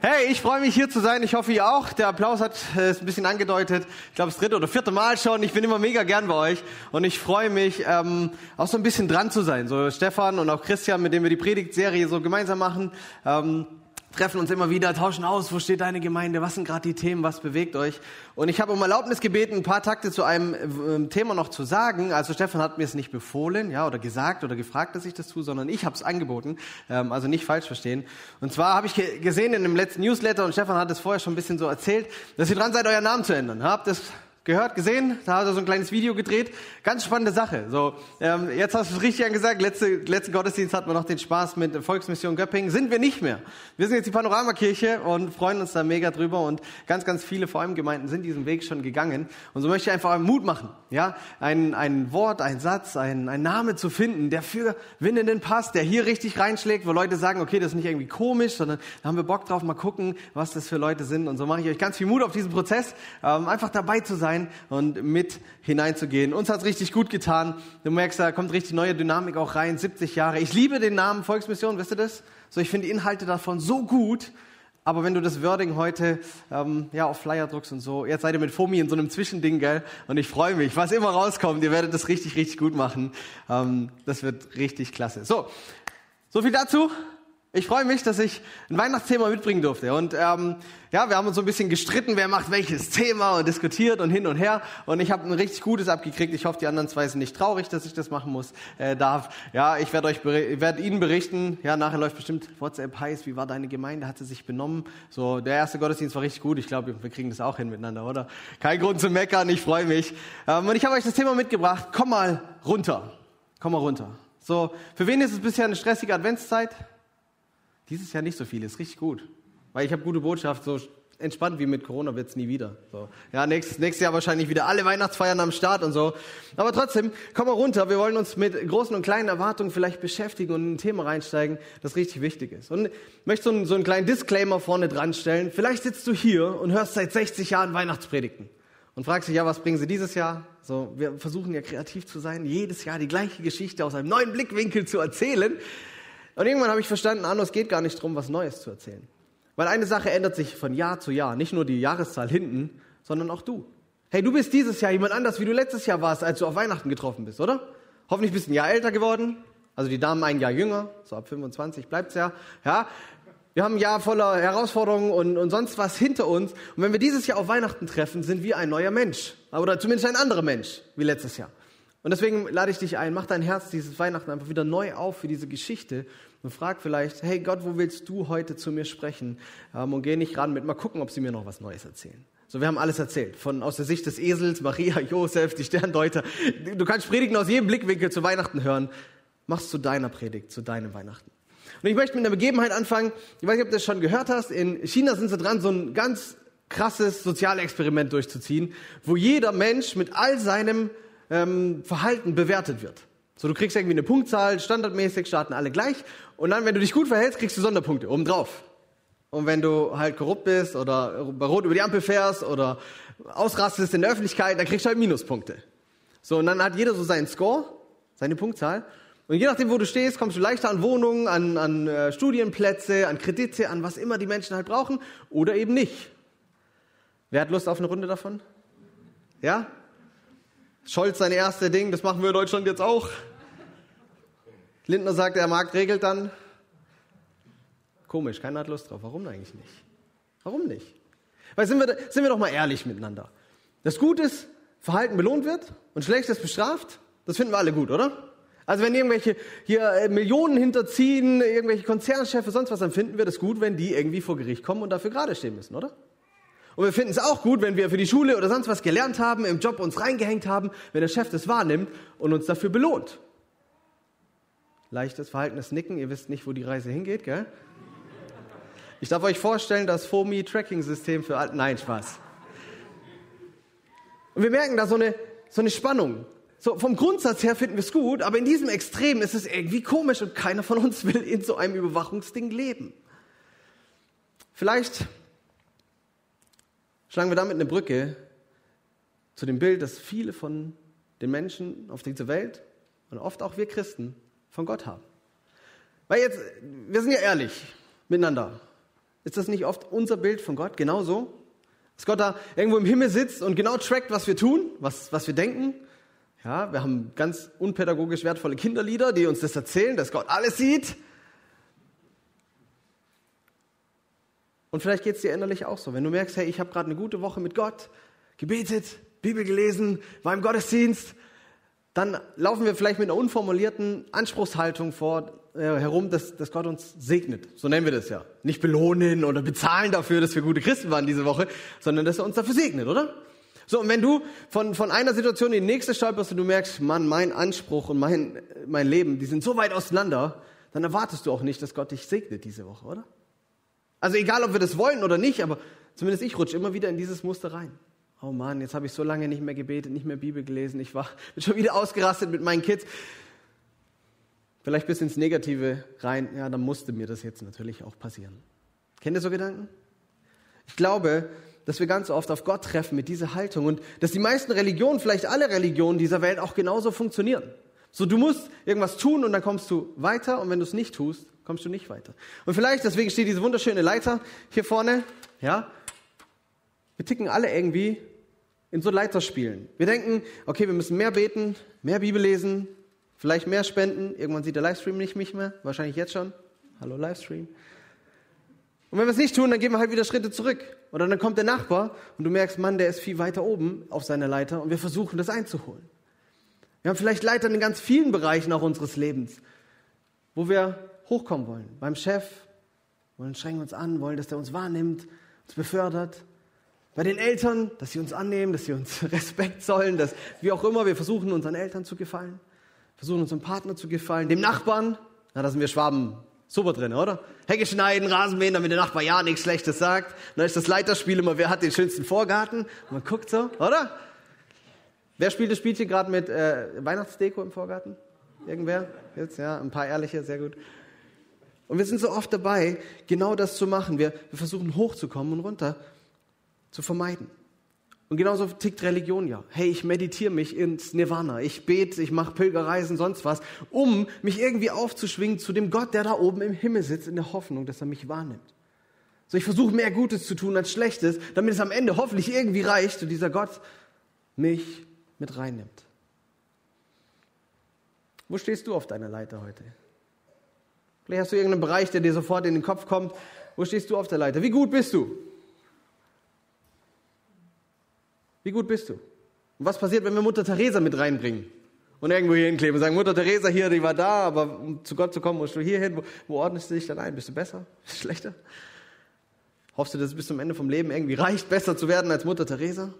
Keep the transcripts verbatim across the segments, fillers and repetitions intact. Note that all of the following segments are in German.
Hey, ich freue mich hier zu sein. Ich hoffe, ihr auch. Der Applaus hat es ein bisschen angedeutet. Ich glaube, das dritte oder vierte Mal schon. Ich bin immer mega gern bei euch und ich freue mich, ähm, auch so ein bisschen dran zu sein. So Stefan und auch Christian, mit dem wir die Predigtserie so gemeinsam machen, ähm, treffen uns immer wieder, tauschen aus, wo steht deine Gemeinde, was sind gerade die Themen, was bewegt euch. Und ich habe um Erlaubnis gebeten, ein paar Takte zu einem äh, Thema noch zu sagen. Also Stefan hat mir es nicht befohlen, ja, oder gesagt oder gefragt, dass ich das tue, sondern ich habe es angeboten, ähm, also nicht falsch verstehen. Und zwar habe ich ge- gesehen in dem letzten Newsletter, und Stefan hat es vorher schon ein bisschen so erzählt, dass ihr dran seid, euren Namen zu ändern. Habt ihr das gehört, gesehen? Da hat er so ein kleines Video gedreht. Ganz spannende Sache. So, ähm, jetzt hast du es richtig angesagt. Letzte, letzten Gottesdienst hatten wir noch den Spaß mit Volksmission Göppingen. Sind wir nicht mehr. Wir sind jetzt die Panoramakirche und freuen uns da mega drüber. Und ganz, ganz viele, vor allem Gemeinden, sind diesen Weg schon gegangen. Und so möchte ich einfach Mut machen. Ja, ein, ein Wort, ein Satz, ein, ein Name zu finden, der für Winnenden passt, der hier richtig reinschlägt, wo Leute sagen, okay, das ist nicht irgendwie komisch, sondern da haben wir Bock drauf, mal gucken, was das für Leute sind. Und so mache ich euch ganz viel Mut auf diesen Prozess, ähm, einfach dabei zu sein und mit hineinzugehen. Uns hat's richtig gut getan. Du merkst, da kommt richtig neue Dynamik auch rein. siebzig Jahre. Ich liebe den Namen Volksmission, wisst ihr das? So, ich finde die Inhalte davon so gut. Aber wenn du das Wording heute ähm, ja auf Flyer druckst und so, jetzt seid ihr mit Fomi in so einem Zwischending, gell? Und ich freue mich, was immer rauskommt, ihr werdet das richtig, richtig gut machen. Ähm, das wird richtig klasse. So, so viel dazu. Ich freue mich, dass ich ein Weihnachtsthema mitbringen durfte. Und ähm, ja, wir haben uns so ein bisschen gestritten, wer macht welches Thema und diskutiert und hin und her. Und ich habe ein richtig gutes abgekriegt. Ich hoffe, die anderen zwei sind nicht traurig, dass ich das machen muss, äh, darf. Ja, ich werde euch, ber- werd Ihnen berichten. Ja, nachher läuft bestimmt WhatsApp heiß. Wie war deine Gemeinde? Hat sie sich benommen? So, der erste Gottesdienst war richtig gut. Ich glaube, wir kriegen das auch hin miteinander, oder? Kein Grund zu meckern. Ich freue mich. Ähm, und ich habe euch das Thema mitgebracht. Komm mal runter. Komm mal runter. So, für wen ist es bisher eine stressige Adventszeit? Dieses Jahr nicht so viel, ist richtig gut. Weil ich habe gute Botschaft, so entspannt wie mit Corona wird's nie wieder. So. Ja, nächstes, nächstes Jahr wahrscheinlich wieder alle Weihnachtsfeiern am Start und so. Aber trotzdem, komm mal runter. Wir wollen uns mit großen und kleinen Erwartungen vielleicht beschäftigen und in ein Thema reinsteigen, das richtig wichtig ist. Und ich möchte so einen, so einen kleinen Disclaimer vorne dran stellen. Vielleicht sitzt du hier und hörst seit sechzig Jahren Weihnachtspredigten und fragst dich, ja, was bringen sie dieses Jahr? So, wir versuchen ja kreativ zu sein, jedes Jahr die gleiche Geschichte aus einem neuen Blickwinkel zu erzählen. Und irgendwann habe ich verstanden, Arno, es geht gar nicht darum, was Neues zu erzählen. Weil eine Sache ändert sich von Jahr zu Jahr. Nicht nur die Jahreszahl hinten, sondern auch du. Hey, du bist dieses Jahr jemand anders, wie du letztes Jahr warst, als du auf Weihnachten getroffen bist, oder? Hoffentlich bist du ein Jahr älter geworden. Also die Damen ein Jahr jünger. So ab fünfundzwanzig bleibt's ja. Ja. Wir haben ein Jahr voller Herausforderungen und, und sonst was hinter uns. Und wenn wir dieses Jahr auf Weihnachten treffen, sind wir ein neuer Mensch. Oder zumindest ein anderer Mensch, wie letztes Jahr. Und deswegen lade ich dich ein, mach dein Herz dieses Weihnachten einfach wieder neu auf für diese Geschichte und frag vielleicht, hey Gott, wo willst du heute zu mir sprechen? Ähm, und geh nicht ran mit, mal gucken, ob sie mir noch was Neues erzählen. So, wir haben alles erzählt, von aus der Sicht des Esels, Maria, Josef, die Sterndeuter. Du kannst Predigten aus jedem Blickwinkel zu Weihnachten hören. Mach's zu deiner Predigt, zu deinem Weihnachten. Und ich möchte mit einer Begebenheit anfangen, ich weiß nicht, ob du das schon gehört hast, in China sind sie dran, so ein ganz krasses Sozialexperiment durchzuziehen, wo jeder Mensch mit all seinem Ähm, Verhalten bewertet wird. So, du kriegst irgendwie eine Punktzahl, standardmäßig starten alle gleich und dann, wenn du dich gut verhältst, kriegst du Sonderpunkte obendrauf. Und wenn du halt korrupt bist oder bei Rot über die Ampel fährst oder ausrastest in der Öffentlichkeit, dann kriegst du halt Minuspunkte. So, und dann hat jeder so seinen Score, seine Punktzahl. Und je nachdem, wo du stehst, kommst du leichter an Wohnungen, an, an äh, Studienplätze, an Kredite, an was immer die Menschen halt brauchen oder eben nicht. Wer hat Lust auf eine Runde davon? Ja? Scholz sein erstes Ding, das machen wir in Deutschland jetzt auch. Lindner sagt, der Markt regelt dann. Komisch, keiner hat Lust drauf. Warum eigentlich nicht? Warum nicht? Weil sind wir, sind wir doch mal ehrlich miteinander. Das Gutes Verhalten belohnt wird und Schlechtes bestraft, das finden wir alle gut, oder? Also wenn irgendwelche hier äh, Millionen hinterziehen, irgendwelche Konzernchefs, sonst was, dann finden wir das gut, wenn die irgendwie vor Gericht kommen und dafür gerade stehen müssen, oder? Und wir finden es auch gut, wenn wir für die Schule oder sonst was gelernt haben, im Job uns reingehängt haben, wenn der Chef das wahrnimmt und uns dafür belohnt. Leichtes Verhalten, das Nicken, ihr wisst nicht, wo die Reise hingeht, gell? Ich darf euch vorstellen, das Fomi-Tracking-System für Alt... Nein, Spaß. Und wir merken da so eine, so eine Spannung. So, vom Grundsatz her finden wir es gut, aber in diesem Extrem ist es irgendwie komisch und keiner von uns will in so einem Überwachungsding leben. Vielleicht schlagen wir damit eine Brücke zu dem Bild, das viele von den Menschen auf dieser Welt und oft auch wir Christen von Gott haben. Weil jetzt, wir sind ja ehrlich miteinander. Ist das nicht oft unser Bild von Gott? Genauso? Dass Gott da irgendwo im Himmel sitzt und genau trackt, was wir tun, was, was wir denken. Ja, wir haben ganz unpädagogisch wertvolle Kinderlieder, die uns das erzählen, dass Gott alles sieht. Und vielleicht geht es dir innerlich auch so. Wenn du merkst, hey, ich habe gerade eine gute Woche mit Gott, gebetet, Bibel gelesen, war im Gottesdienst, dann laufen wir vielleicht mit einer unformulierten Anspruchshaltung vor, äh, herum, dass, dass Gott uns segnet. So nennen wir das ja. Nicht belohnen oder bezahlen dafür, dass wir gute Christen waren diese Woche, sondern dass er uns dafür segnet, oder? So, und wenn du von, von einer Situation in die nächste stolperst und du merkst, Mann, mein Anspruch und mein, mein Leben, die sind so weit auseinander, dann erwartest du auch nicht, dass Gott dich segnet diese Woche, oder? Also egal, ob wir das wollen oder nicht, aber zumindest ich rutsche immer wieder in dieses Muster rein. Oh Mann, jetzt habe ich so lange nicht mehr gebetet, nicht mehr Bibel gelesen, ich war bin schon wieder ausgerastet mit meinen Kids. Vielleicht bis ins Negative rein, ja, dann musste mir das jetzt natürlich auch passieren. Kennt ihr so Gedanken? Ich glaube, dass wir ganz oft auf Gott treffen mit dieser Haltung und dass die meisten Religionen, vielleicht alle Religionen dieser Welt auch genauso funktionieren. So, du musst irgendwas tun und dann kommst du weiter und wenn du es nicht tust, kommst du nicht weiter. Und vielleicht, deswegen steht diese wunderschöne Leiter hier vorne, ja, wir ticken alle irgendwie in so Leiterspielen. Wir denken, okay, wir müssen mehr beten, mehr Bibel lesen, vielleicht mehr spenden. Irgendwann sieht der Livestream nicht mich mehr, wahrscheinlich jetzt schon. Hallo Livestream. Und wenn wir es nicht tun, dann gehen wir halt wieder Schritte zurück. Oder dann kommt der Nachbar und du merkst, Mann, der ist viel weiter oben auf seiner Leiter und wir versuchen, das einzuholen. Wir haben vielleicht Leitern in ganz vielen Bereichen auch unseres Lebens, wo wir hochkommen wollen. Beim Chef, wollen strengen uns an, wollen, dass der uns wahrnimmt, uns befördert. Bei den Eltern, dass sie uns annehmen, dass sie uns Respekt zollen, dass wie auch immer, wir versuchen, unseren Eltern zu gefallen, versuchen, unserem Partner zu gefallen, dem Nachbarn, na, da sind wir Schwaben super drin, oder? Hecke schneiden, Rasenmähen, damit der Nachbar ja nichts Schlechtes sagt. Dann ist das Leiterspiel immer, wer hat den schönsten Vorgarten? Und man guckt so, oder? Wer spielt das Spielchen gerade mit äh, Weihnachtsdeko im Vorgarten? Irgendwer? Jetzt, ja, ein paar ehrliche, sehr gut. Und wir sind so oft dabei, genau das zu machen. Wir, wir versuchen hochzukommen und runter zu vermeiden. Und genauso tickt Religion ja. Hey, ich meditiere mich ins Nirvana, ich bete, ich mache Pilgerreisen, sonst was, um mich irgendwie aufzuschwingen zu dem Gott, der da oben im Himmel sitzt, in der Hoffnung, dass er mich wahrnimmt. So, ich versuche mehr Gutes zu tun als Schlechtes, damit es am Ende hoffentlich irgendwie reicht und dieser Gott mich mit reinnimmt. Wo stehst du auf deiner Leiter heute? Vielleicht hast du irgendeinen Bereich, der dir sofort in den Kopf kommt. Wo stehst du auf der Leiter? Wie gut bist du? Wie gut bist du? Und was passiert, wenn wir Mutter Teresa mit reinbringen und irgendwo hier hinkleben und sagen, Mutter Teresa hier, die war da, aber um zu Gott zu kommen, musst du hier hin. Wo, wo ordnest du dich dann ein? Bist du besser? Bist du schlechter? Hoffst du, dass es bis zum Ende vom Leben irgendwie reicht, besser zu werden als Mutter Teresa?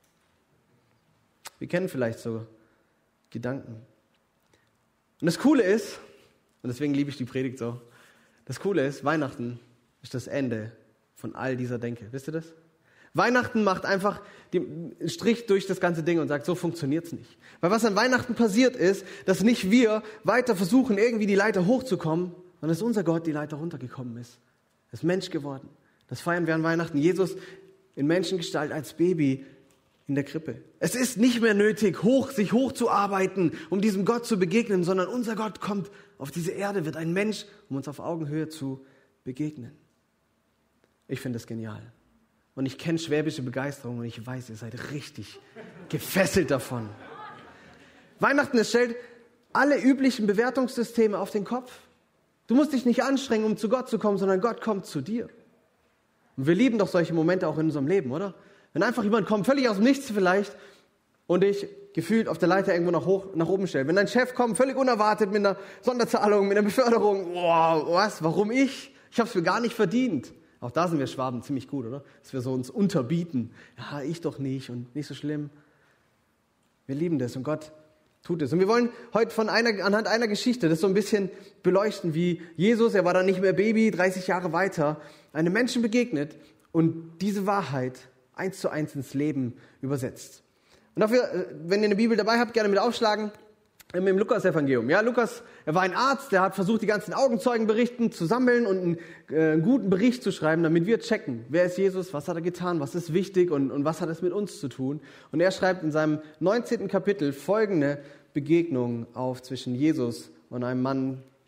Wir kennen vielleicht so Gedanken. Und das Coole ist, und deswegen liebe ich die Predigt so, das Coole ist, Weihnachten ist das Ende von all dieser Denke. Wisst ihr das? Weihnachten macht einfach den Strich durch das ganze Ding und sagt, so funktioniert's nicht. Weil was an Weihnachten passiert ist, dass nicht wir weiter versuchen, irgendwie die Leiter hochzukommen, sondern dass unser Gott die Leiter runtergekommen ist. Er ist Mensch geworden. Das feiern wir an Weihnachten. Jesus in Menschengestalt als Baby in der Krippe. Es ist nicht mehr nötig, hoch, sich hochzuarbeiten, um diesem Gott zu begegnen, sondern unser Gott kommt auf diese Erde, wird ein Mensch, um uns auf Augenhöhe zu begegnen. Ich finde das genial. Und ich kenne schwäbische Begeisterung und ich weiß, ihr seid richtig gefesselt davon. Weihnachten, es stellt alle üblichen Bewertungssysteme auf den Kopf. Du musst dich nicht anstrengen, um zu Gott zu kommen, sondern Gott kommt zu dir. Und wir lieben doch solche Momente auch in unserem Leben, oder? Wenn einfach jemand kommt, völlig aus dem Nichts vielleicht, und dich gefühlt auf der Leiter irgendwo nach, hoch, nach oben stellt. Wenn dein Chef kommt, völlig unerwartet mit einer Sonderzahlung, mit einer Beförderung, wow, was, warum ich? Ich habe es mir gar nicht verdient. Auch da sind wir Schwaben ziemlich gut, oder? Dass wir so uns unterbieten. Ja, ich doch nicht und nicht so schlimm. Wir lieben das und Gott tut es. Und wir wollen heute von einer, anhand einer Geschichte das so ein bisschen beleuchten, wie Jesus, er war dann nicht mehr Baby, dreißig Jahre weiter, einem Menschen begegnet und diese Wahrheit eins zu eins ins Leben übersetzt. Und dafür, wenn ihr eine Bibel dabei habt, gerne mit aufschlagen. Im Lukas-Evangelium. Ja, Lukas, er war ein Arzt, der hat versucht, die ganzen Augenzeugenberichten zu sammeln und einen, äh, einen guten Bericht zu schreiben, damit wir checken, wer ist Jesus, was hat er getan, was ist wichtig und, und was hat es mit uns zu tun. Und er schreibt in seinem neunzehnten Kapitel folgende Begegnung auf zwischen Jesus und einem Mann,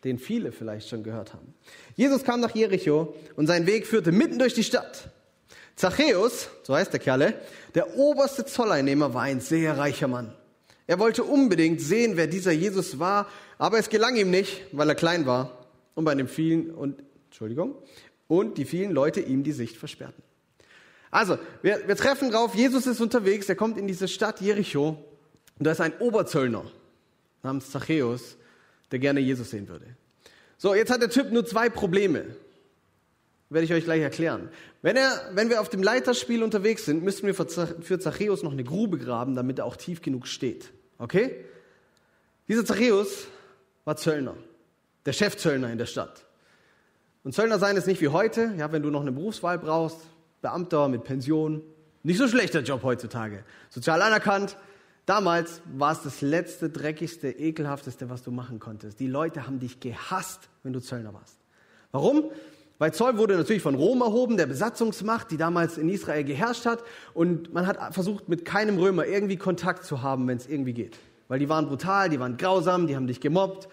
den viele vielleicht schon gehört haben. Jesus kam nach Jericho und sein Weg führte mitten durch die Stadt. Zachäus, so heißt der Kerle, der oberste Zolleinnehmer, war ein sehr reicher Mann. Er wollte unbedingt sehen, wer dieser Jesus war, aber es gelang ihm nicht, weil er klein war und bei den vielen und Entschuldigung und die vielen Leute ihm die Sicht versperrten. Also, wir, wir treffen drauf, Jesus ist unterwegs, er kommt in diese Stadt Jericho und da ist ein Oberzöllner namens Zachäus, der gerne Jesus sehen würde. So, jetzt hat der Typ nur zwei Probleme. Werde ich euch gleich erklären. Wenn, er, wenn wir auf dem Leiterspiel unterwegs sind, müssen wir für Zachäus noch eine Grube graben, damit er auch tief genug steht. Okay? Dieser Zachäus war Zöllner, der Chefzöllner in der Stadt. Und Zöllner sein ist nicht wie heute, ja, wenn du noch eine Berufswahl brauchst, Beamter mit Pension. Nicht so schlechter Job heutzutage. Sozial anerkannt. Damals war es das letzte, dreckigste, ekelhafteste, was du machen konntest. Die Leute haben dich gehasst, wenn du Zöllner warst. Warum? Weil Zoll wurde natürlich von Rom erhoben, der Besatzungsmacht, die damals in Israel geherrscht hat. Und man hat versucht, mit keinem Römer irgendwie Kontakt zu haben, wenn es irgendwie geht. Weil die waren brutal, die waren grausam, die haben dich gemobbt.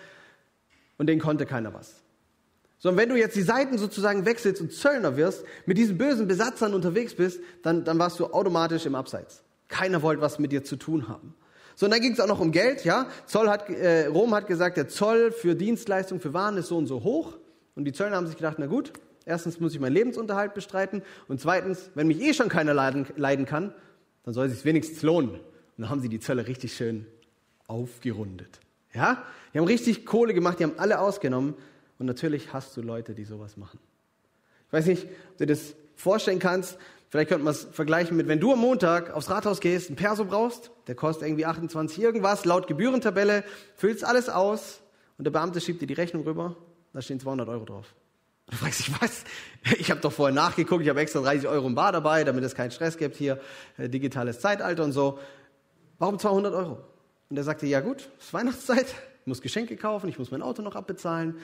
Und denen konnte keiner was. So, und wenn du jetzt die Seiten sozusagen wechselst und Zöllner wirst, mit diesen bösen Besatzern unterwegs bist, dann, dann warst du automatisch im Abseits. Keiner wollte was mit dir zu tun haben. So, und dann ging es auch noch um Geld. Ja, Zoll hat, äh, Rom hat gesagt, der Zoll für Dienstleistungen, für Waren ist so und so hoch. Und die Zöllner haben sich gedacht, na gut, erstens muss ich meinen Lebensunterhalt bestreiten und zweitens, wenn mich eh schon keiner leiden, leiden kann, dann soll es sich wenigstens lohnen. Und dann haben sie die Zölle richtig schön aufgerundet. Ja? Die haben richtig Kohle gemacht, die haben alle ausgenommen und natürlich hast du Leute, die sowas machen. Ich weiß nicht, ob du das vorstellen kannst, vielleicht könnte man es vergleichen mit, wenn du am Montag aufs Rathaus gehst, einen Perso brauchst, der kostet irgendwie achtundzwanzig irgendwas, laut Gebührentabelle, füllst alles aus und der Beamte schiebt dir die Rechnung rüber. Da stehen zweihundert Euro drauf. Du fragst dich, was? Ich habe doch vorher nachgeguckt, ich habe extra dreißig Euro im Bar dabei, damit es keinen Stress gibt hier, äh, digitales Zeitalter und so. Warum zweihundert Euro? Und er sagte, ja gut, es ist Weihnachtszeit, ich muss Geschenke kaufen, ich muss mein Auto noch abbezahlen.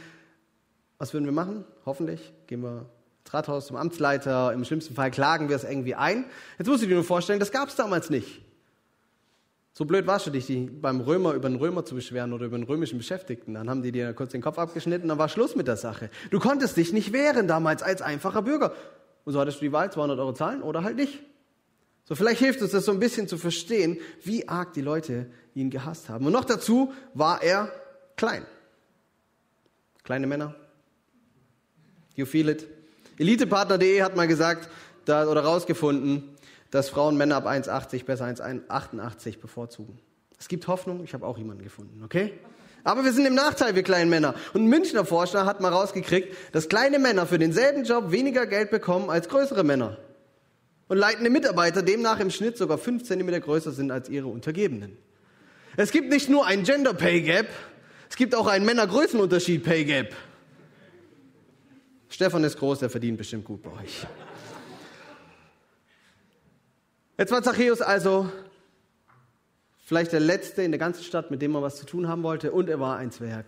Was würden wir machen? Hoffentlich gehen wir ins Rathaus zum Amtsleiter, im schlimmsten Fall klagen wir es irgendwie ein. Jetzt musst du dir nur vorstellen, das gab es damals nicht. So blöd warst du dich, die beim Römer über einen Römer zu beschweren oder über einen römischen Beschäftigten. Dann haben die dir kurz den Kopf abgeschnitten, dann war Schluss mit der Sache. Du konntest dich nicht wehren damals als einfacher Bürger. Und so hattest du die Wahl, zweihundert Euro zahlen oder halt nicht. So, vielleicht hilft uns das so ein bisschen zu verstehen, wie arg die Leute ihn gehasst haben. Und noch dazu war er klein. Kleine Männer. You feel it? Elitepartner punkt de hat mal gesagt da, oder rausgefunden, dass Frauen Männer ab eins Komma achtzig besser eins Komma achtundachtzig bevorzugen. Es gibt Hoffnung, ich habe auch jemanden gefunden, okay? Aber wir sind im Nachteil, wir kleinen Männer. Und ein Münchner Forscher hat mal rausgekriegt, dass kleine Männer für denselben Job weniger Geld bekommen als größere Männer. Und leitende Mitarbeiter demnach im Schnitt sogar fünf Zentimeter größer sind als ihre Untergebenen. Es gibt nicht nur ein Gender Pay Gap, es gibt auch einen Männergrößenunterschied Pay Gap. Stefan ist groß, der verdient bestimmt gut bei euch. Jetzt war Zachäus also vielleicht der Letzte in der ganzen Stadt, mit dem er was zu tun haben wollte, und er war ein Zwerg.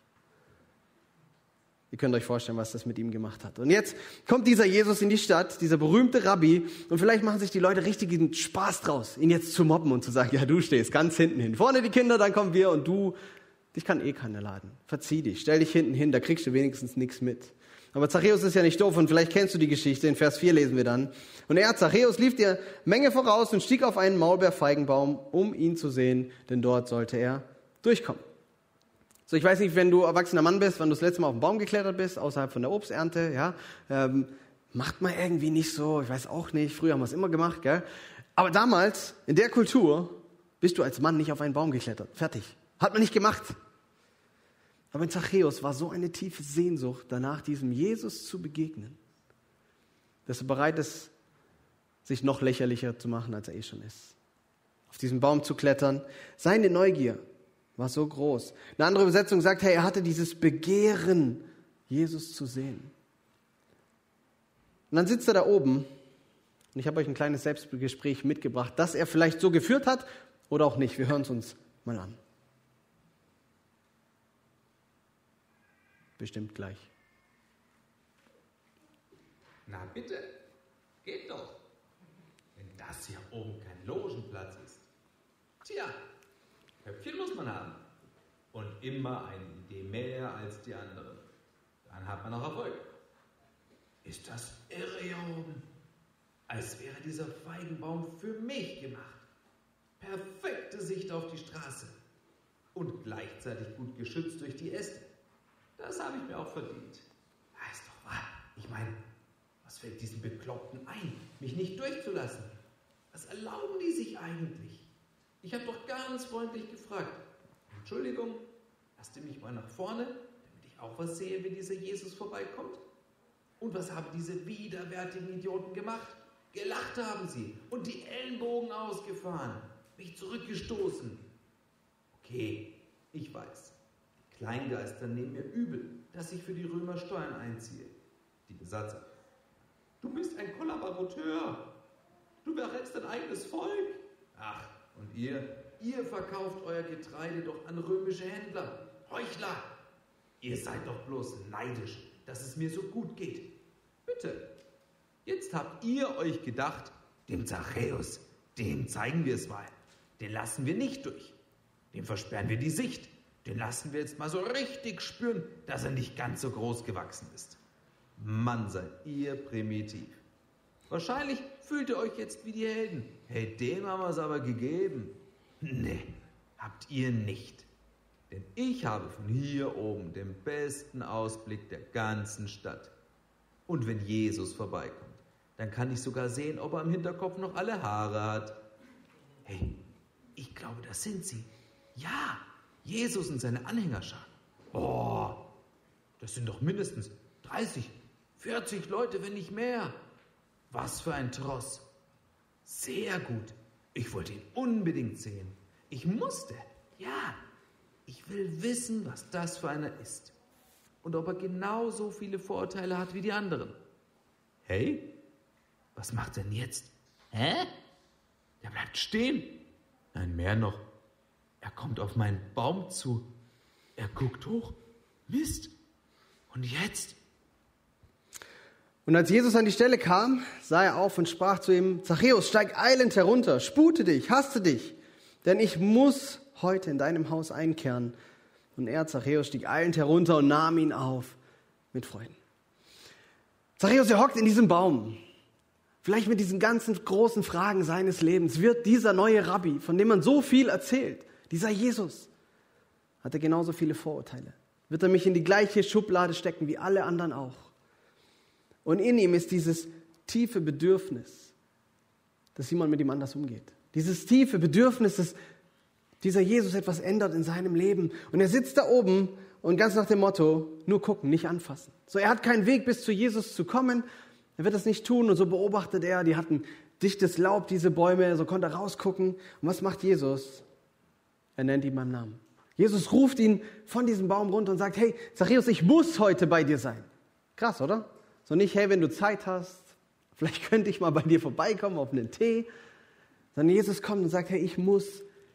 Ihr könnt euch vorstellen, was das mit ihm gemacht hat. Und jetzt kommt dieser Jesus in die Stadt, dieser berühmte Rabbi, und vielleicht machen sich die Leute richtigen Spaß draus, ihn jetzt zu mobben und zu sagen, ja, du stehst ganz hinten hin. Vorne die Kinder, dann kommen wir und du, dich kann eh keiner laden. Verzieh dich, stell dich hinten hin, da kriegst du wenigstens nichts mit. Aber Zachäus ist ja nicht doof und vielleicht kennst du die Geschichte, in Vers vier lesen wir dann. Und er, Zachäus, lief der Menge voraus und stieg auf einen Maulbeerfeigenbaum, um ihn zu sehen, denn dort sollte er durchkommen. So, ich weiß nicht, wenn du erwachsener Mann bist, wann du das letzte Mal auf den Baum geklettert bist, außerhalb von der Obsternte, ja, ähm, macht man irgendwie nicht so, ich weiß auch nicht, früher haben wir es immer gemacht, gell? Aber damals, in der Kultur, bist du als Mann nicht auf einen Baum geklettert, fertig. Hat man nicht gemacht. Aber in Zachäus war so eine tiefe Sehnsucht danach, diesem Jesus zu begegnen, dass er bereit ist, sich noch lächerlicher zu machen, als er eh schon ist. Auf diesen Baum zu klettern. Seine Neugier war so groß. Eine andere Übersetzung sagt, hey, er hatte dieses Begehren, Jesus zu sehen. Und dann sitzt er da oben und ich habe euch ein kleines Selbstgespräch mitgebracht, das er vielleicht so geführt hat oder auch nicht. Wir hören es uns mal an. Bestimmt gleich. Na bitte, geht doch. Wenn das hier oben kein Logenplatz ist. Tja, Köpfchen muss man haben. Und immer eine Idee mehr als die anderen. Dann hat man auch Erfolg. Ist das irre hier oben? Als wäre dieser Feigenbaum für mich gemacht. Perfekte Sicht auf die Straße. Und gleichzeitig gut geschützt durch die Äste. Das habe ich mir auch verdient. Ja, ist doch wahr. Ich meine, was fällt diesen Bekloppten ein, mich nicht durchzulassen? Was erlauben die sich eigentlich? Ich habe doch ganz freundlich gefragt. Entschuldigung, lasst ihr mich mal nach vorne, damit ich auch was sehe, wenn dieser Jesus vorbeikommt? Und was haben diese widerwärtigen Idioten gemacht? Gelacht haben sie und die Ellenbogen ausgefahren, mich zurückgestoßen. Okay, ich weiß, die Kleingeister nehmen mir übel, dass ich für die Römer Steuern einziehe. Die Besatzer. Du bist ein Kollaborateur. Du berätst dein eigenes Volk. Ach, und ihr, ihr verkauft euer Getreide doch an römische Händler. Heuchler. Ihr seid doch bloß neidisch, dass es mir so gut geht. Bitte. Jetzt habt ihr euch gedacht, dem Zachäus, dem zeigen wir es mal. Den lassen wir nicht durch. Dem versperren wir die Sicht. Den lassen wir jetzt mal so richtig spüren, dass er nicht ganz so groß gewachsen ist. Mann, seid ihr primitiv. Wahrscheinlich fühlt ihr euch jetzt wie die Helden. Hey, dem haben wir es aber gegeben. Nee, habt ihr nicht. Denn ich habe von hier oben den besten Ausblick der ganzen Stadt. Und wenn Jesus vorbeikommt, dann kann ich sogar sehen, ob er am Hinterkopf noch alle Haare hat. Hey, ich glaube, das sind sie. Ja, Jesus und seine Anhängerschar. Oh, das sind doch mindestens dreißig, vierzig Leute, wenn nicht mehr. Was für ein Tross. Sehr gut. Ich wollte ihn unbedingt sehen. Ich musste. Ja, ich will wissen, was das für einer ist. Und ob er genauso viele Vorurteile hat wie die anderen. Hey, was macht er denn jetzt? Hä? Der bleibt stehen. Nein, mehr noch. Er kommt auf meinen Baum zu. Er guckt hoch. Mist. Und jetzt? Und als Jesus an die Stelle kam, sah er auf und sprach zu ihm: Zachäus, steig eilend herunter, spute dich, haste dich, denn ich muss heute in deinem Haus einkehren. Und er, Zachäus, stieg eilend herunter und nahm ihn auf mit Freuden. Zachäus, er hockt in diesem Baum. Vielleicht mit diesen ganzen großen Fragen seines Lebens wird dieser neue Rabbi, von dem man so viel erzählt, dieser Jesus, hat er genauso viele Vorurteile. Wird er mich in die gleiche Schublade stecken wie alle anderen auch. Und in ihm ist dieses tiefe Bedürfnis, dass jemand mit ihm anders umgeht. Dieses tiefe Bedürfnis, dass dieser Jesus etwas ändert in seinem Leben. Und er sitzt da oben und ganz nach dem Motto, nur gucken, nicht anfassen. So, er hat keinen Weg, bis zu Jesus zu kommen. Er wird das nicht tun. Und so beobachtet er, die hatten dichtes Laub, diese Bäume, so konnte er rausgucken. Und was macht Jesus? Er nennt ihn beim Namen. Jesus ruft ihn von diesem Baum runter und sagt: Hey, Zachäus, ich muss heute bei dir sein. Krass, oder? So nicht, hey, wenn du Zeit hast, vielleicht könnte ich mal bei dir vorbeikommen auf einen Tee. Sondern Jesus kommt und sagt: Hey, ich muss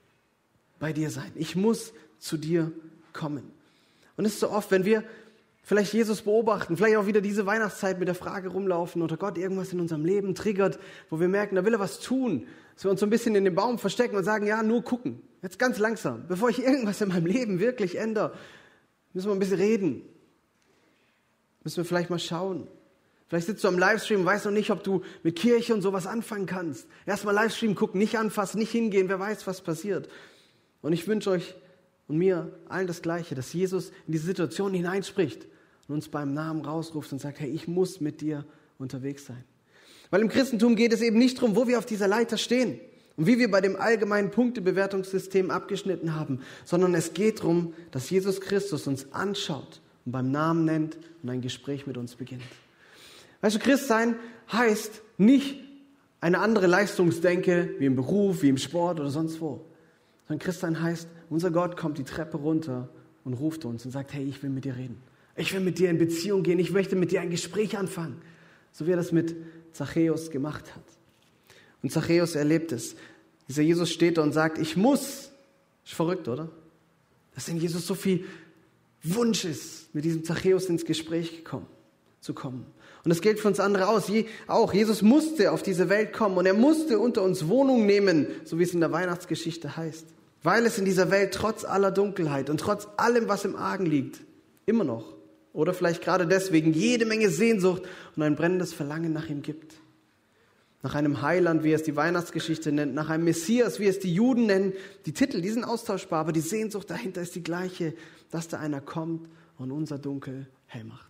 bei dir sein. Ich muss zu dir kommen. Und es ist so oft, wenn wir vielleicht Jesus beobachten, vielleicht auch wieder diese Weihnachtszeit mit der Frage rumlaufen oder Gott irgendwas in unserem Leben triggert, wo wir merken, da will er was tun, dass wir uns so ein bisschen in den Baum verstecken und sagen: Ja, nur gucken. Jetzt ganz langsam. Bevor ich irgendwas in meinem Leben wirklich ändere, müssen wir ein bisschen reden. Müssen wir vielleicht mal schauen. Vielleicht sitzt du am Livestream und weißt noch nicht, ob du mit Kirche und sowas anfangen kannst. Erstmal Livestream gucken, nicht anfassen, nicht hingehen, wer weiß, was passiert. Und ich wünsche euch und mir allen das Gleiche, dass Jesus in diese Situation hineinspricht und uns beim Namen rausruft und sagt: Hey, ich muss mit dir unterwegs sein. Weil im Christentum geht es eben nicht darum, wo wir auf dieser Leiter stehen und wie wir bei dem allgemeinen Punktebewertungssystem abgeschnitten haben, sondern es geht darum, dass Jesus Christus uns anschaut und beim Namen nennt und ein Gespräch mit uns beginnt. Weißt du, Christsein heißt nicht eine andere Leistungsdenke wie im Beruf, wie im Sport oder sonst wo. Sondern Christsein heißt, unser Gott kommt die Treppe runter und ruft uns und sagt: Hey, ich will mit dir reden. Ich will mit dir in Beziehung gehen. Ich möchte mit dir ein Gespräch anfangen. So wie er das mit Zachäus gemacht hat. Und Zachäus erlebt es. Dieser Jesus steht da und sagt: Ich muss. Ist verrückt, oder? Dass in Jesus so viel Wunsch ist, mit diesem Zachäus ins Gespräch gekommen, zu kommen. Und das gilt für uns andere aus. Je, auch Jesus musste auf diese Welt kommen und er musste unter uns Wohnung nehmen, so wie es in der Weihnachtsgeschichte heißt. Weil es in dieser Welt trotz aller Dunkelheit und trotz allem, was im Argen liegt, immer noch oder vielleicht gerade deswegen jede Menge Sehnsucht und ein brennendes Verlangen nach ihm gibt. Nach einem Heiland, wie er es die Weihnachtsgeschichte nennt, nach einem Messias, wie es die Juden nennen. Die Titel, die sind austauschbar, aber die Sehnsucht dahinter ist die gleiche, dass da einer kommt und unser Dunkel hell macht.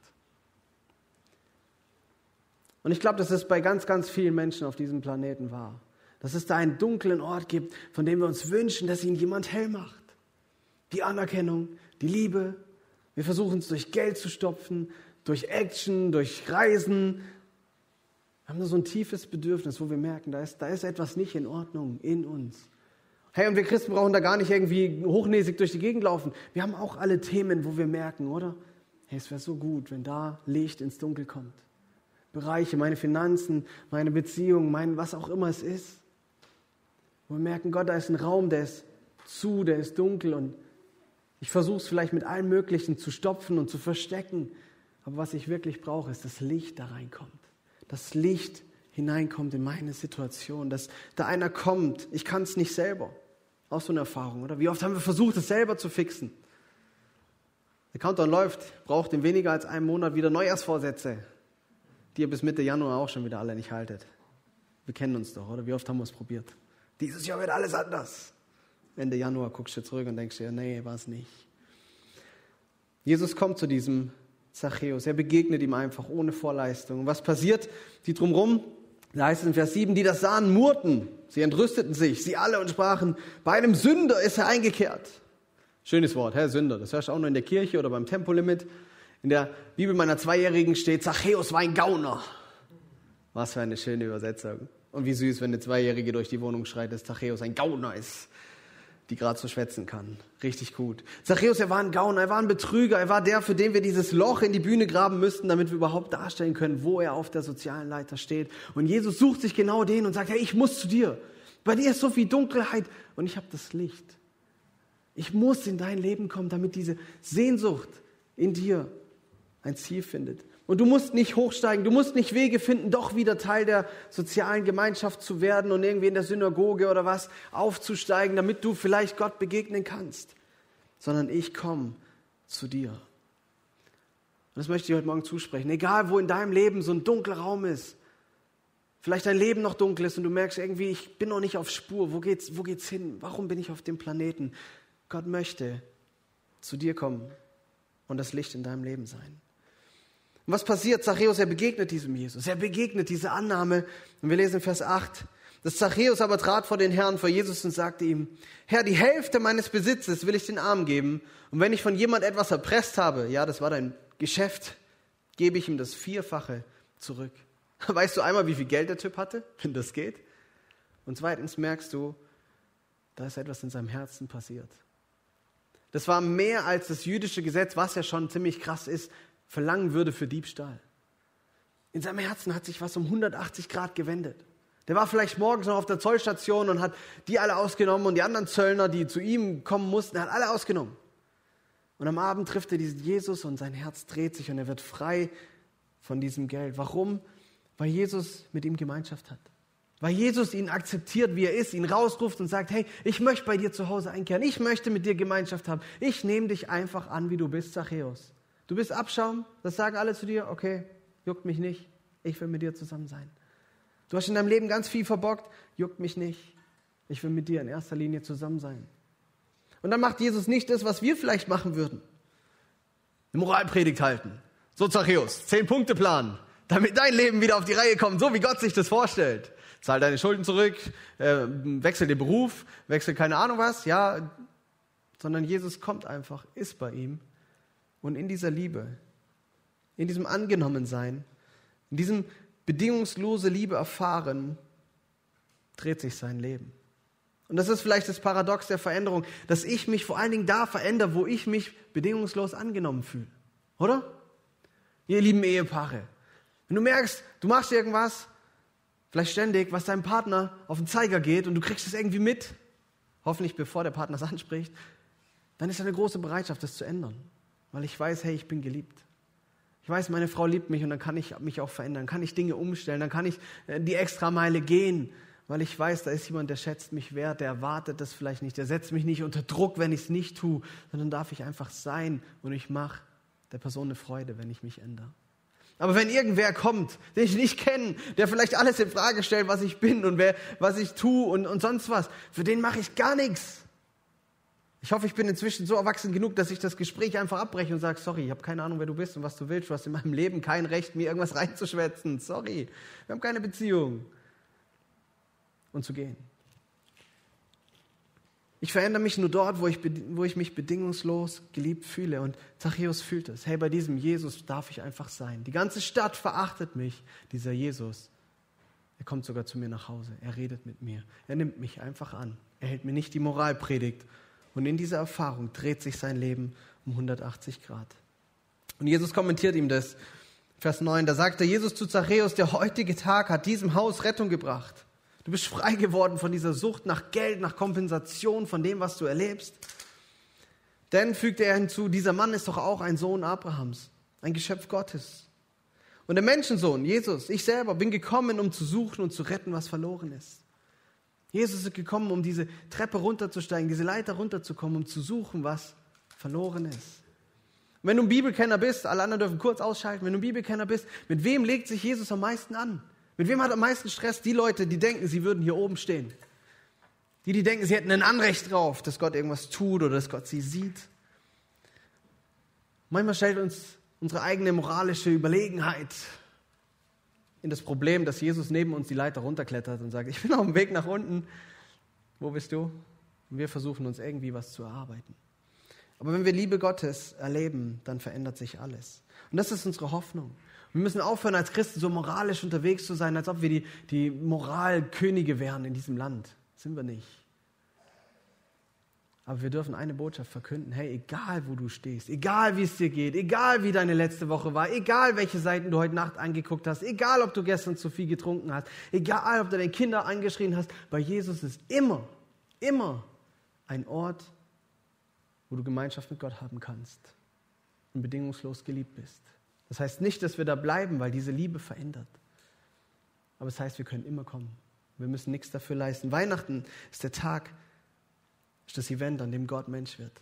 Und ich glaube, dass es bei ganz, ganz vielen Menschen auf diesem Planeten wahr, dass es da einen dunklen Ort gibt, von dem wir uns wünschen, dass ihn jemand hell macht. Die Anerkennung, die Liebe. Wir versuchen es durch Geld zu stopfen, durch Action, durch Reisen. Wir haben da so ein tiefes Bedürfnis, wo wir merken, da ist, da ist etwas nicht in Ordnung in uns. Hey, und wir Christen brauchen da gar nicht irgendwie hochnäsig durch die Gegend laufen. Wir haben auch alle Themen, wo wir merken, oder? Hey, es wäre so gut, wenn da Licht ins Dunkel kommt. Bereiche, meine Finanzen, meine Beziehungen, mein was auch immer es ist. Wo wir merken, Gott, da ist ein Raum, der ist zu, der ist dunkel und ich versuche es vielleicht mit allem Möglichen zu stopfen und zu verstecken. Aber was ich wirklich brauche, ist, dass Licht da reinkommt. Dass Licht hineinkommt in meine Situation. Dass da einer kommt. Ich kann es nicht selber. Auch so eine Erfahrung, oder? Wie oft haben wir versucht, es selber zu fixen? Der Countdown läuft, braucht in weniger als einem Monat wieder Neujahrsvorsätze, die ihr bis Mitte Januar auch schon wieder alle nicht haltet. Wir kennen uns doch, oder? Wie oft haben wir es probiert? Dieses Jahr wird alles anders. Ende Januar guckst du zurück und denkst dir, nee, war es nicht. Jesus kommt zu diesem Zachäus. Er begegnet ihm einfach ohne Vorleistung. Was passiert? Die drumherum, da heißt es in Vers sieben, die das sahen, murrten. Sie entrüsteten sich, sie alle und sprachen, bei einem Sünder ist er eingekehrt. Schönes Wort, Herr Sünder. Das hörst du auch nur in der Kirche oder beim Tempolimit. In der Bibel meiner Zweijährigen steht, Zachäus war ein Gauner. Was für eine schöne Übersetzung. Und wie süß, wenn eine Zweijährige durch die Wohnung schreit, dass Zachäus ein Gauner ist, die gerade so schwätzen kann. Richtig gut. Zachäus, er war ein Gauner, er war ein Betrüger, er war der, für den wir dieses Loch in die Bühne graben müssten, damit wir überhaupt darstellen können, wo er auf der sozialen Leiter steht. Und Jesus sucht sich genau den und sagt, hey, ich muss zu dir. Bei dir ist so viel Dunkelheit und ich habe das Licht. Ich muss in dein Leben kommen, damit diese Sehnsucht in dir ein Ziel findet. Und du musst nicht hochsteigen, du musst nicht Wege finden, doch wieder Teil der sozialen Gemeinschaft zu werden und irgendwie in der Synagoge oder was aufzusteigen, damit du vielleicht Gott begegnen kannst. Sondern ich komme zu dir. Und das möchte ich heute Morgen zusprechen. Egal, wo in deinem Leben so ein dunkler Raum ist, vielleicht dein Leben noch dunkel ist und du merkst irgendwie, ich bin noch nicht auf Spur, wo geht's, wo geht's hin? Warum bin ich auf dem Planeten? Gott möchte zu dir kommen und das Licht in deinem Leben sein. Und was passiert? Zachäus, er begegnet diesem Jesus. Er begegnet dieser Annahme. Und wir lesen in Vers acht. Das Zachäus aber trat vor den Herrn, vor Jesus und sagte ihm, Herr, die Hälfte meines Besitzes will ich den Armen geben. Und wenn ich von jemand etwas erpresst habe, ja, das war dein Geschäft, gebe ich ihm das Vierfache zurück. Weißt du einmal, wie viel Geld der Typ hatte, wenn das geht? Und zweitens merkst du, da ist etwas in seinem Herzen passiert. Das war mehr als das jüdische Gesetz, was ja schon ziemlich krass ist, verlangen würde für Diebstahl. In seinem Herzen hat sich was um hundertachtzig Grad gewendet. Der war vielleicht morgens noch auf der Zollstation und hat die alle ausgenommen und die anderen Zöllner, die zu ihm kommen mussten, er hat alle ausgenommen. Und am Abend trifft er diesen Jesus und sein Herz dreht sich und er wird frei von diesem Geld. Warum? Weil Jesus mit ihm Gemeinschaft hat. Weil Jesus ihn akzeptiert, wie er ist, ihn rausruft und sagt, hey, ich möchte bei dir zu Hause einkehren. Ich möchte mit dir Gemeinschaft haben. Ich nehme dich einfach an, wie du bist, Zachäus. Du bist Abschaum, das sagen alle zu dir, okay, juckt mich nicht, ich will mit dir zusammen sein. Du hast in deinem Leben ganz viel verbockt, juckt mich nicht, ich will mit dir in erster Linie zusammen sein. Und dann macht Jesus nicht das, was wir vielleicht machen würden. Eine Moralpredigt halten. So Zachäus, Zehn-Punkte-Plan, damit dein Leben wieder auf die Reihe kommt, so wie Gott sich das vorstellt. Zahl deine Schulden zurück, äh, wechsel den Beruf, wechsel keine Ahnung was, ja, sondern Jesus kommt einfach, ist bei ihm. Und in dieser Liebe, in diesem Angenommensein, in diesem bedingungslose Liebe erfahren, dreht sich sein Leben. Und das ist vielleicht das Paradox der Veränderung, dass ich mich vor allen Dingen da verändere, wo ich mich bedingungslos angenommen fühle. Oder? Ihr lieben Ehepaare, wenn du merkst, du machst irgendwas, vielleicht ständig, was deinem Partner auf den Zeiger geht und du kriegst es irgendwie mit, hoffentlich bevor der Partner es anspricht, dann ist eine große Bereitschaft, das zu ändern. Weil ich weiß, hey, ich bin geliebt. Ich weiß, meine Frau liebt mich und dann kann ich mich auch verändern, kann ich Dinge umstellen, dann kann ich die Extrameile gehen, weil ich weiß, da ist jemand, der schätzt mich wert, der erwartet das vielleicht nicht, der setzt mich nicht unter Druck, wenn ich es nicht tue, sondern darf ich einfach sein und ich mache der Person eine Freude, wenn ich mich ändere. Aber wenn irgendwer kommt, den ich nicht kenne, der vielleicht alles in Frage stellt, was ich bin und wer, was ich tue und, und sonst was, für den mache ich gar nichts. Ich hoffe, ich bin inzwischen so erwachsen genug, dass ich das Gespräch einfach abbreche und sage, sorry, ich habe keine Ahnung, wer du bist und was du willst. Du hast in meinem Leben kein Recht, mir irgendwas reinzuschwätzen. Sorry, wir haben keine Beziehung. Und zu gehen. Ich verändere mich nur dort, wo ich, wo ich mich bedingungslos geliebt fühle. Und Zachäus fühlt es. Hey, bei diesem Jesus darf ich einfach sein. Die ganze Stadt verachtet mich, dieser Jesus. Er kommt sogar zu mir nach Hause. Er redet mit mir. Er nimmt mich einfach an. Er hält mir nicht die Moralpredigt. Und in dieser Erfahrung dreht sich sein Leben um hundertachtzig Grad. Und Jesus kommentiert ihm das. Vers neun, da sagte Jesus zu Zachäus, der heutige Tag hat diesem Haus Rettung gebracht. Du bist frei geworden von dieser Sucht nach Geld, nach Kompensation von dem, was du erlebst. Denn, fügte er hinzu, dieser Mann ist doch auch ein Sohn Abrahams, ein Geschöpf Gottes. Und der Menschensohn, Jesus, ich selber, bin gekommen, um zu suchen und zu retten, was verloren ist. Jesus ist gekommen, um diese Treppe runterzusteigen, diese Leiter runterzukommen, um zu suchen, was verloren ist. Und wenn du ein Bibelkenner bist, alle anderen dürfen kurz ausschalten, wenn du ein Bibelkenner bist, mit wem legt sich Jesus am meisten an? Mit wem hat am meisten Stress? Die Leute, die denken, sie würden hier oben stehen. Die, die denken, sie hätten ein Anrecht drauf, dass Gott irgendwas tut oder dass Gott sie sieht. Manchmal stellt uns unsere eigene moralische Überlegenheit in das Problem, dass Jesus neben uns die Leiter runterklettert und sagt, ich bin auf dem Weg nach unten. Wo bist du? Und wir versuchen uns irgendwie was zu erarbeiten. Aber wenn wir Liebe Gottes erleben, dann verändert sich alles. Und das ist unsere Hoffnung. Wir müssen aufhören, als Christen so moralisch unterwegs zu sein, als ob wir die, die Moralkönige wären in diesem Land. Sind wir nicht. Aber wir dürfen eine Botschaft verkünden. Hey, egal wo du stehst, egal wie es dir geht, egal wie deine letzte Woche war, egal welche Seiten du heute Nacht angeguckt hast, egal ob du gestern zu viel getrunken hast, egal ob du deine Kinder angeschrien hast, bei Jesus ist immer, immer ein Ort, wo du Gemeinschaft mit Gott haben kannst und bedingungslos geliebt bist. Das heißt nicht, dass wir da bleiben, weil diese Liebe verändert. Aber es heißt, wir können immer kommen. Wir müssen nichts dafür leisten. Weihnachten ist der Tag, ist das Event, an dem Gott Mensch wird.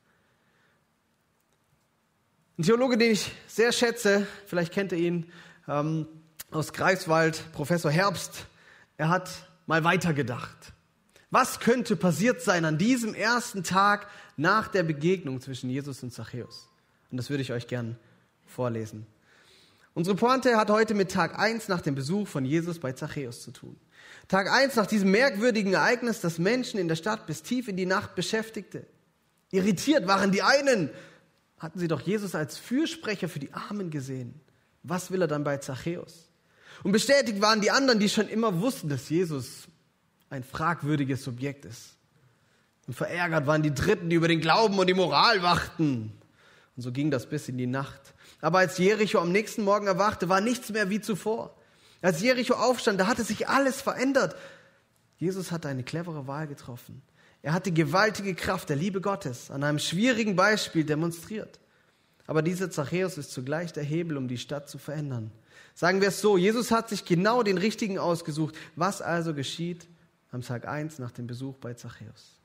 Ein Theologe, den ich sehr schätze, vielleicht kennt ihr ihn, ähm, aus Greifswald, Professor Herbst, er hat mal weitergedacht. Was könnte passiert sein an diesem ersten Tag nach der Begegnung zwischen Jesus und Zachäus? Und das würde ich euch gern vorlesen. Unsere Pointe hat heute mit Tag eins nach dem Besuch von Jesus bei Zachäus zu tun. Tag eins nach diesem merkwürdigen Ereignis, das Menschen in der Stadt bis tief in die Nacht beschäftigte. Irritiert waren die einen, hatten sie doch Jesus als Fürsprecher für die Armen gesehen. Was will er dann bei Zachäus? Und bestätigt waren die anderen, die schon immer wussten, dass Jesus ein fragwürdiges Subjekt ist. Und verärgert waren die Dritten, die über den Glauben und die Moral wachten. Und so ging das bis in die Nacht. Aber als Jericho am nächsten Morgen erwachte, war nichts mehr wie zuvor. Als Jericho aufstand, da hatte sich alles verändert. Jesus hatte eine clevere Wahl getroffen. Er hat die gewaltige Kraft der Liebe Gottes an einem schwierigen Beispiel demonstriert. Aber dieser Zachäus ist zugleich der Hebel, um die Stadt zu verändern. Sagen wir es so, Jesus hat sich genau den Richtigen ausgesucht. Was also geschieht am Tag eins nach dem Besuch bei Zachäus?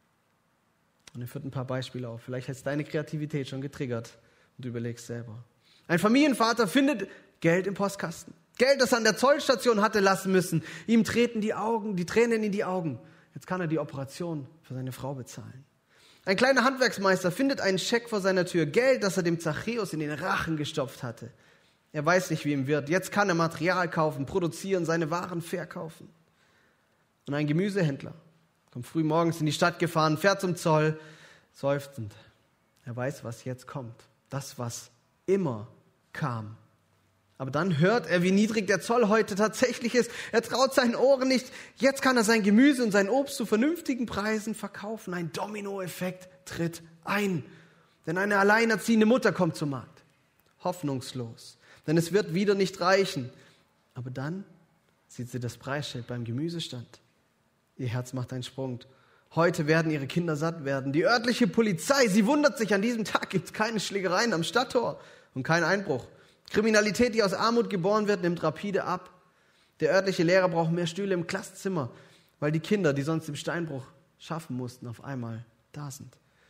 Und er führt ein paar Beispiele auf. Vielleicht hat es deine Kreativität schon getriggert und du überlegst selber. Ein Familienvater findet Geld im Postkasten. Geld, das er an der Zollstation hatte lassen müssen. Ihm treten die Augen, die Tränen in die Augen. Jetzt kann er die Operation für seine Frau bezahlen. Ein kleiner Handwerksmeister findet einen Scheck vor seiner Tür. Geld, das er dem Zachäus in den Rachen gestopft hatte. Er weiß nicht, wie ihm wird. Jetzt kann er Material kaufen, produzieren, seine Waren verkaufen. Und ein Gemüsehändler kommt früh morgens in die Stadt gefahren, fährt zum Zoll, seufzend. Er weiß, was jetzt kommt. Das, was immer kam. Aber dann hört er, wie niedrig der Zoll heute tatsächlich ist. Er traut seinen Ohren nicht. Jetzt kann er sein Gemüse und sein Obst zu vernünftigen Preisen verkaufen. Ein Dominoeffekt tritt ein. Denn eine alleinerziehende Mutter kommt zum Markt. Hoffnungslos. Denn es wird wieder nicht reichen. Aber dann sieht sie das Preisschild beim Gemüsestand. Ihr Herz macht einen Sprung. Heute werden ihre Kinder satt werden. Die örtliche Polizei, sie wundert sich, an diesem Tag gibt es keine Schlägereien am Stadttor und keinen Einbruch. Kriminalität, die aus Armut geboren wird, nimmt rapide ab. Der örtliche Lehrer braucht mehr Stühle im Klassenzimmer, weil die Kinder, die sonst im Steinbruch schaffen mussten, auf einmal da sind.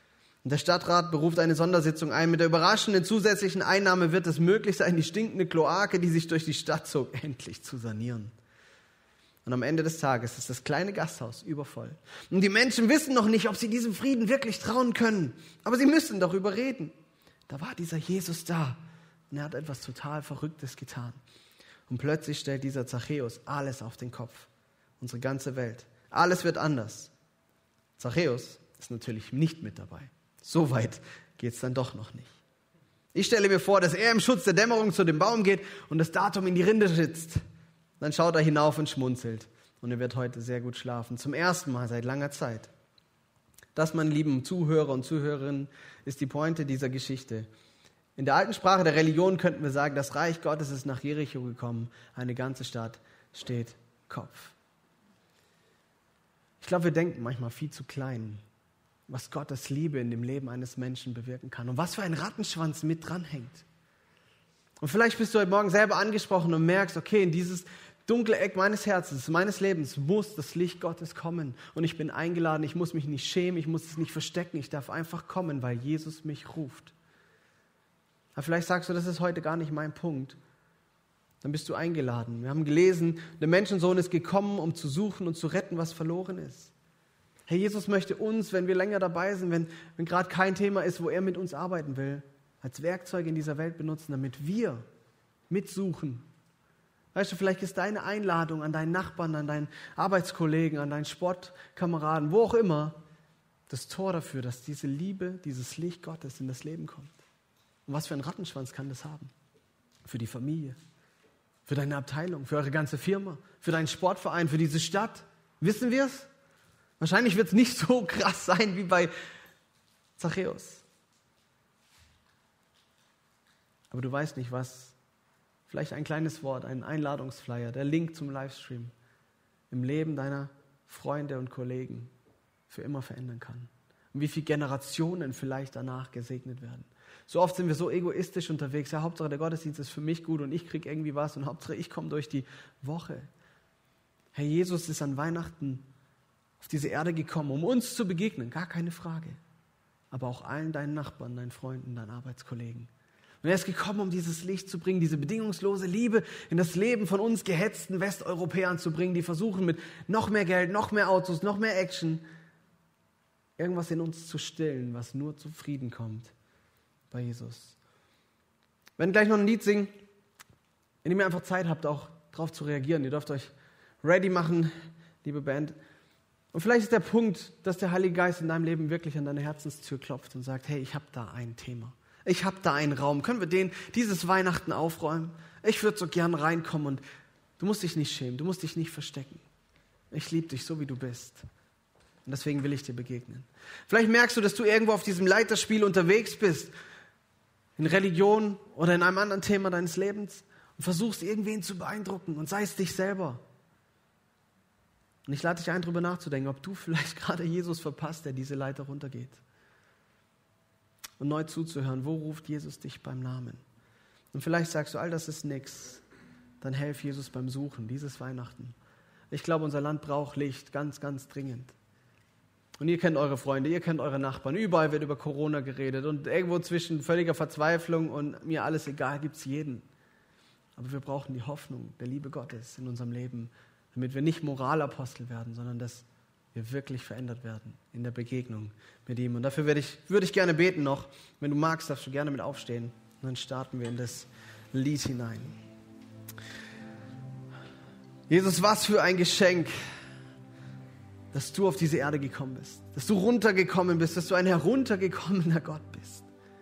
Und der Stadtrat beruft eine Sondersitzung ein. Mit der überraschenden zusätzlichen Einnahme wird es möglich sein, die stinkende Kloake, die sich durch die Stadt zog, endlich zu sanieren. Und am Ende des Tages ist das kleine Gasthaus übervoll. Und die Menschen wissen noch nicht, ob sie diesem Frieden wirklich trauen können. Aber sie müssen darüber reden. Da war dieser Jesus da. Und er hat etwas total Verrücktes getan. Und plötzlich stellt dieser Zachäus alles auf den Kopf. Unsere ganze Welt. Alles wird anders. Zachäus ist natürlich nicht mit dabei. So weit geht es dann doch noch nicht. Ich stelle mir vor, dass er im Schutz der Dämmerung zu dem Baum geht und das Datum in die Rinde sitzt. Dann schaut er hinauf und schmunzelt. Und er wird heute sehr gut schlafen. Zum ersten Mal seit langer Zeit. Das, meine lieben Zuhörer und Zuhörerinnen, ist die Pointe dieser Geschichte. In der alten Sprache der Religion könnten wir sagen, das Reich Gottes ist nach Jericho gekommen. Eine ganze Stadt steht Kopf. Ich glaube, wir denken manchmal viel zu klein, was Gottes Liebe in dem Leben eines Menschen bewirken kann. Und was für ein Rattenschwanz mit dranhängt. Und vielleicht bist du heute Morgen selber angesprochen und merkst, okay, in dieses dunkle Eck meines Herzens, meines Lebens muss das Licht Gottes kommen. Und ich bin eingeladen, ich muss mich nicht schämen, ich muss es nicht verstecken, ich darf einfach kommen, weil Jesus mich ruft. Aber vielleicht sagst du, das ist heute gar nicht mein Punkt. Dann bist du eingeladen. Wir haben gelesen, der Menschensohn ist gekommen, um zu suchen und zu retten, was verloren ist. Herr Jesus möchte uns, wenn wir länger dabei sind, wenn, wenn gerade kein Thema ist, wo er mit uns arbeiten will, als Werkzeuge in dieser Welt benutzen, damit wir mitsuchen. Weißt du, vielleicht ist deine Einladung an deinen Nachbarn, an deinen Arbeitskollegen, an deinen Sportkameraden, wo auch immer, das Tor dafür, dass diese Liebe, dieses Licht Gottes in das Leben kommt. Und was für einen Rattenschwanz kann das haben? Für die Familie, für deine Abteilung, für eure ganze Firma, für deinen Sportverein, für diese Stadt. Wissen wir es? Wahrscheinlich wird es nicht so krass sein wie bei Zachäus. Aber du weißt nicht, was, vielleicht ein kleines Wort, ein Einladungsflyer, der Link zum Livestream im Leben deiner Freunde und Kollegen für immer verändern kann. Und wie viele Generationen vielleicht danach gesegnet werden. So oft sind wir so egoistisch unterwegs. Ja, Hauptsache der Gottesdienst ist für mich gut und ich kriege irgendwie was und Hauptsache ich komme durch die Woche. Herr Jesus ist an Weihnachten auf diese Erde gekommen, um uns zu begegnen, gar keine Frage. Aber auch allen deinen Nachbarn, deinen Freunden, deinen Arbeitskollegen. Und er ist gekommen, um dieses Licht zu bringen, diese bedingungslose Liebe in das Leben von uns gehetzten Westeuropäern zu bringen, die versuchen mit noch mehr Geld, noch mehr Autos, noch mehr Action, irgendwas in uns zu stillen, was nur zu Frieden kommt bei Jesus. Wir werden gleich noch ein Lied singen, in dem ihr einfach Zeit habt, auch darauf zu reagieren. Ihr dürft euch ready machen, liebe Band. Und vielleicht ist der Punkt, dass der Heilige Geist in deinem Leben wirklich an deine Herzenstür klopft und sagt, hey, ich habe da ein Thema. Ich habe da einen Raum. Können wir den dieses Weihnachten aufräumen? Ich würde so gern reinkommen und du musst dich nicht schämen, du musst dich nicht verstecken. Ich liebe dich so, wie du bist. Und deswegen will ich dir begegnen. Vielleicht merkst du, dass du irgendwo auf diesem Leiterspiel unterwegs bist, in Religion oder in einem anderen Thema deines Lebens und versuchst, irgendwen zu beeindrucken und sei es dich selber. Und ich lade dich ein, darüber nachzudenken, ob du vielleicht gerade Jesus verpasst, der diese Leiter runtergeht. Und neu zuzuhören, wo ruft Jesus dich beim Namen? Und vielleicht sagst du, all das ist nix. Dann helf Jesus beim Suchen, dieses Weihnachten. Ich glaube, unser Land braucht Licht, ganz, ganz dringend. Und ihr kennt eure Freunde, ihr kennt eure Nachbarn. Überall wird über Corona geredet. Und irgendwo zwischen völliger Verzweiflung und mir alles egal gibt es jeden. Aber wir brauchen die Hoffnung der Liebe Gottes in unserem Leben, damit wir nicht Moralapostel werden, sondern dass wir wirklich verändert werden in der Begegnung mit ihm. Und dafür würde ich, würde ich gerne beten noch. Wenn du magst, darfst du gerne mit aufstehen. Und dann starten wir in das Lied hinein. Jesus, was für ein Geschenk, dass du auf diese Erde gekommen bist. Dass du runtergekommen bist, dass du ein heruntergekommener Gott bist.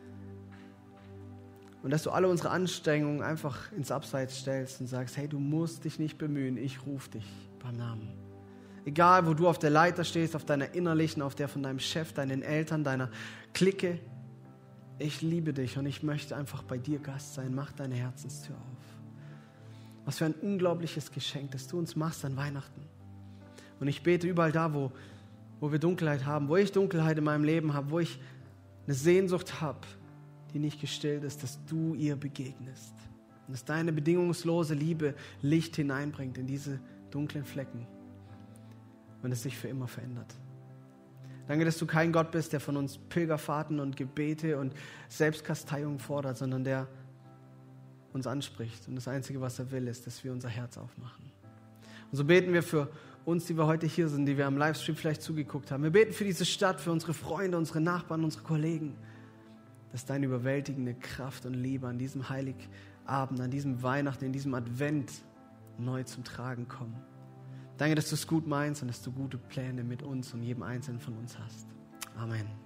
Und dass du alle unsere Anstrengungen einfach ins Abseits stellst und sagst, hey, du musst dich nicht bemühen, ich rufe dich beim Namen. Egal, wo du auf der Leiter stehst, auf deiner innerlichen, auf der von deinem Chef, deinen Eltern, deiner Clique. Ich liebe dich und ich möchte einfach bei dir Gast sein. Mach deine Herzenstür auf. Was für ein unglaubliches Geschenk, das du uns machst an Weihnachten. Und ich bete überall da, wo, wo wir Dunkelheit haben, wo ich Dunkelheit in meinem Leben habe, wo ich eine Sehnsucht habe, die nicht gestillt ist, dass du ihr begegnest. Und dass deine bedingungslose Liebe Licht hineinbringt in diese dunklen Flecken. Und es sich für immer verändert. Danke, dass du kein Gott bist, der von uns Pilgerfahrten und Gebete und Selbstkasteiung fordert, sondern der uns anspricht. Und das Einzige, was er will, ist, dass wir unser Herz aufmachen. Und so beten wir für uns, die wir heute hier sind, die wir am Livestream vielleicht zugeguckt haben. Wir beten für diese Stadt, für unsere Freunde, unsere Nachbarn, unsere Kollegen, dass deine überwältigende Kraft und Liebe an diesem Heiligabend, an diesem Weihnachten, in diesem Advent neu zum Tragen kommen. Danke, dass du es gut meinst und dass du gute Pläne mit uns und jedem Einzelnen von uns hast. Amen.